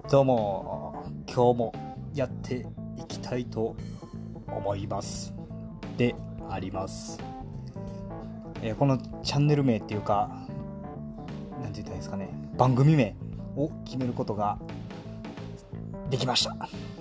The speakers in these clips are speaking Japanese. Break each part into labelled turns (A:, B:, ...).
A: どうも、今日もやっていきたいと思いますであります。このチャンネル名っていうか、なんて言ったらいいんですかね、番組名を決めることができました。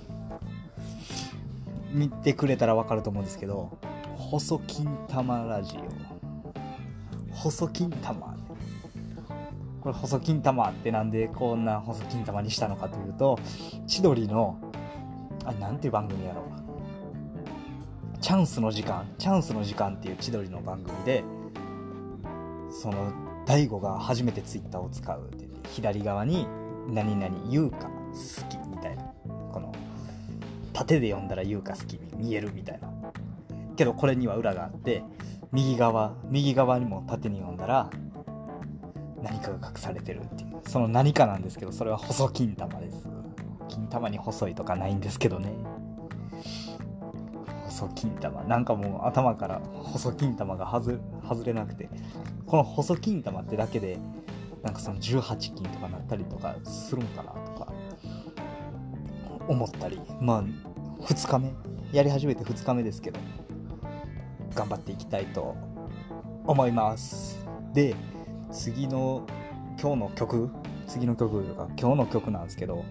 A: 見てくれたらわかると思うんですけど、細金玉ラジオ、細金玉、これ細金玉ってなんでこんな細金玉にしたのかというと、千鳥のなんていう番組やろう、チャンスの時間っていう千鳥の番組で、その大悟が初めてツイッターを使うって左側に何々言うか好きみたいな、この縦で読んだら言うか好きに見えるみたいな、けどこれには裏があって、右側にも縦に読んだら何かが隠されてるっていう、その何かなんですけど、それは細金玉です。金玉に細いとかないんですけどね。細金玉、なんかもう頭から細金玉が外れなくて、この細金玉ってだけでなんかその18金とかなったりとかするんかなとか思ったり、まあ2日目やり始めて2日目ですけど、頑張っていきたいと思います。で、次の曲なんですけど、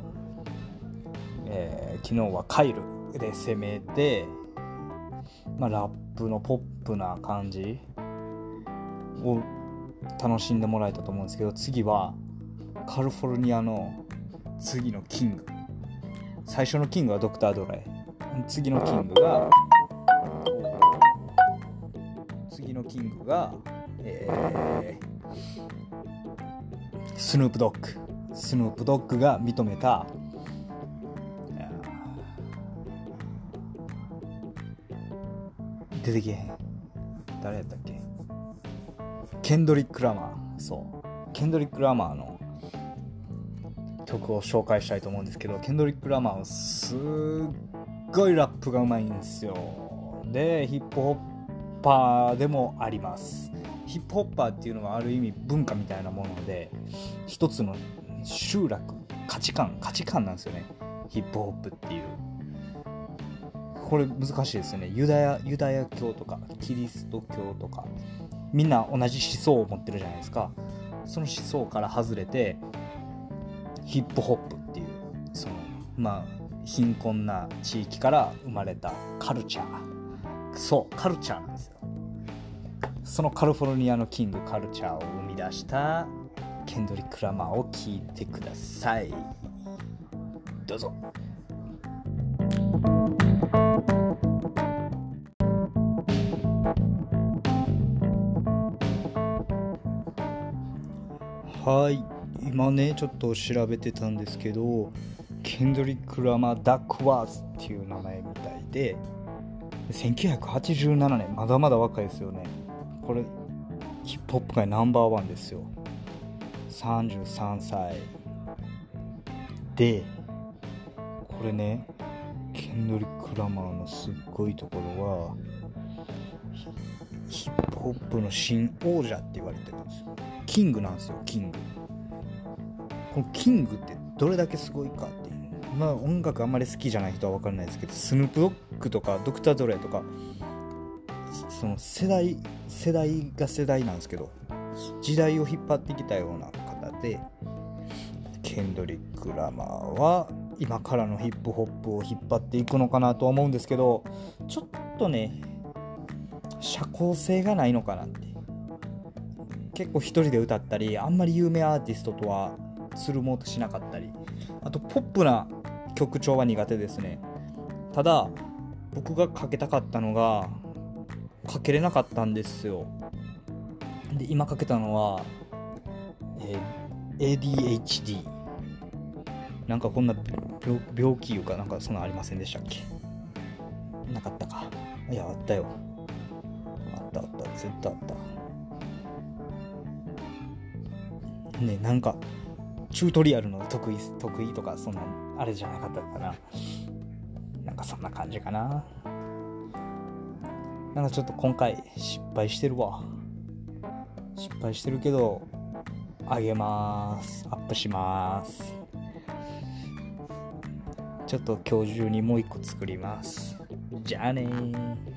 A: 昨日はカイルで攻めて、ラップのポップな感じを楽しんでもらえたと思うんですけど、次はカリフォルニアの次のキング、最初のキングはドクター・ドレイ、次のキングがスヌープドッグが認めた出てけへん、誰やったっけ、ケンドリック・ラマーの曲を紹介したいと思うんですけど、ケンドリック・ラマーはすっごいラップがうまいんですよ。で、ヒップホッパーでもあります。ヒップホッパーっていうのはある意味文化みたいなもので、一つの集落、価値観なんですよね、ヒップホップっていう。これ難しいですよね。ユダヤ教とかキリスト教とか、みんな同じ思想を持ってるじゃないですか。その思想から外れてヒップホップっていう、その貧困な地域から生まれたカルチャーなんですよ。そのカリフォルニアのキングカルチャーを生み出したケンドリック・ラマーを聴いてください。どうぞ。はい、今ねちょっと調べてたんですけど、ケンドリック・ラマー・ダックワーズっていう名前みたいで、1987年、まだまだ若いですよね。これヒップホップ界ナンバーワンですよ。33歳で、これね、ケンドリック・ラマーのすっごいところは、ヒップホップの新王者って言われてるんですよ。キングなんですよ、キング。このキングってどれだけすごいかっていう、音楽あんまり好きじゃない人は分からないですけど、スヌープドッグとかドクター・ドレイとか、その世代が世代なんですけど、時代を引っ張ってきたような方で、ケンドリック・ラマーは今からのヒップホップを引っ張っていくのかなと思うんですけど、ちょっとね社交性がないのかなって。結構一人で歌ったり、あんまり有名アーティストとはつるもうとしなかったり、あとポップな曲調は苦手ですね。ただ僕がかけたかったのがかけれなかったんですよ。で、今かけたのは、ADHD、 なんかこんな 病気いうかなんかそんなありませんでしたっけ。なかったか。いや、あったよ、あった絶対あったね。なんかチュートリアルの得意とか、そんなあれじゃなかったかな。なんかそんな感じかな。なんかちょっと今回失敗してるけど、アップします。 ちょっと今日中にもう一個作ります。じゃあねー。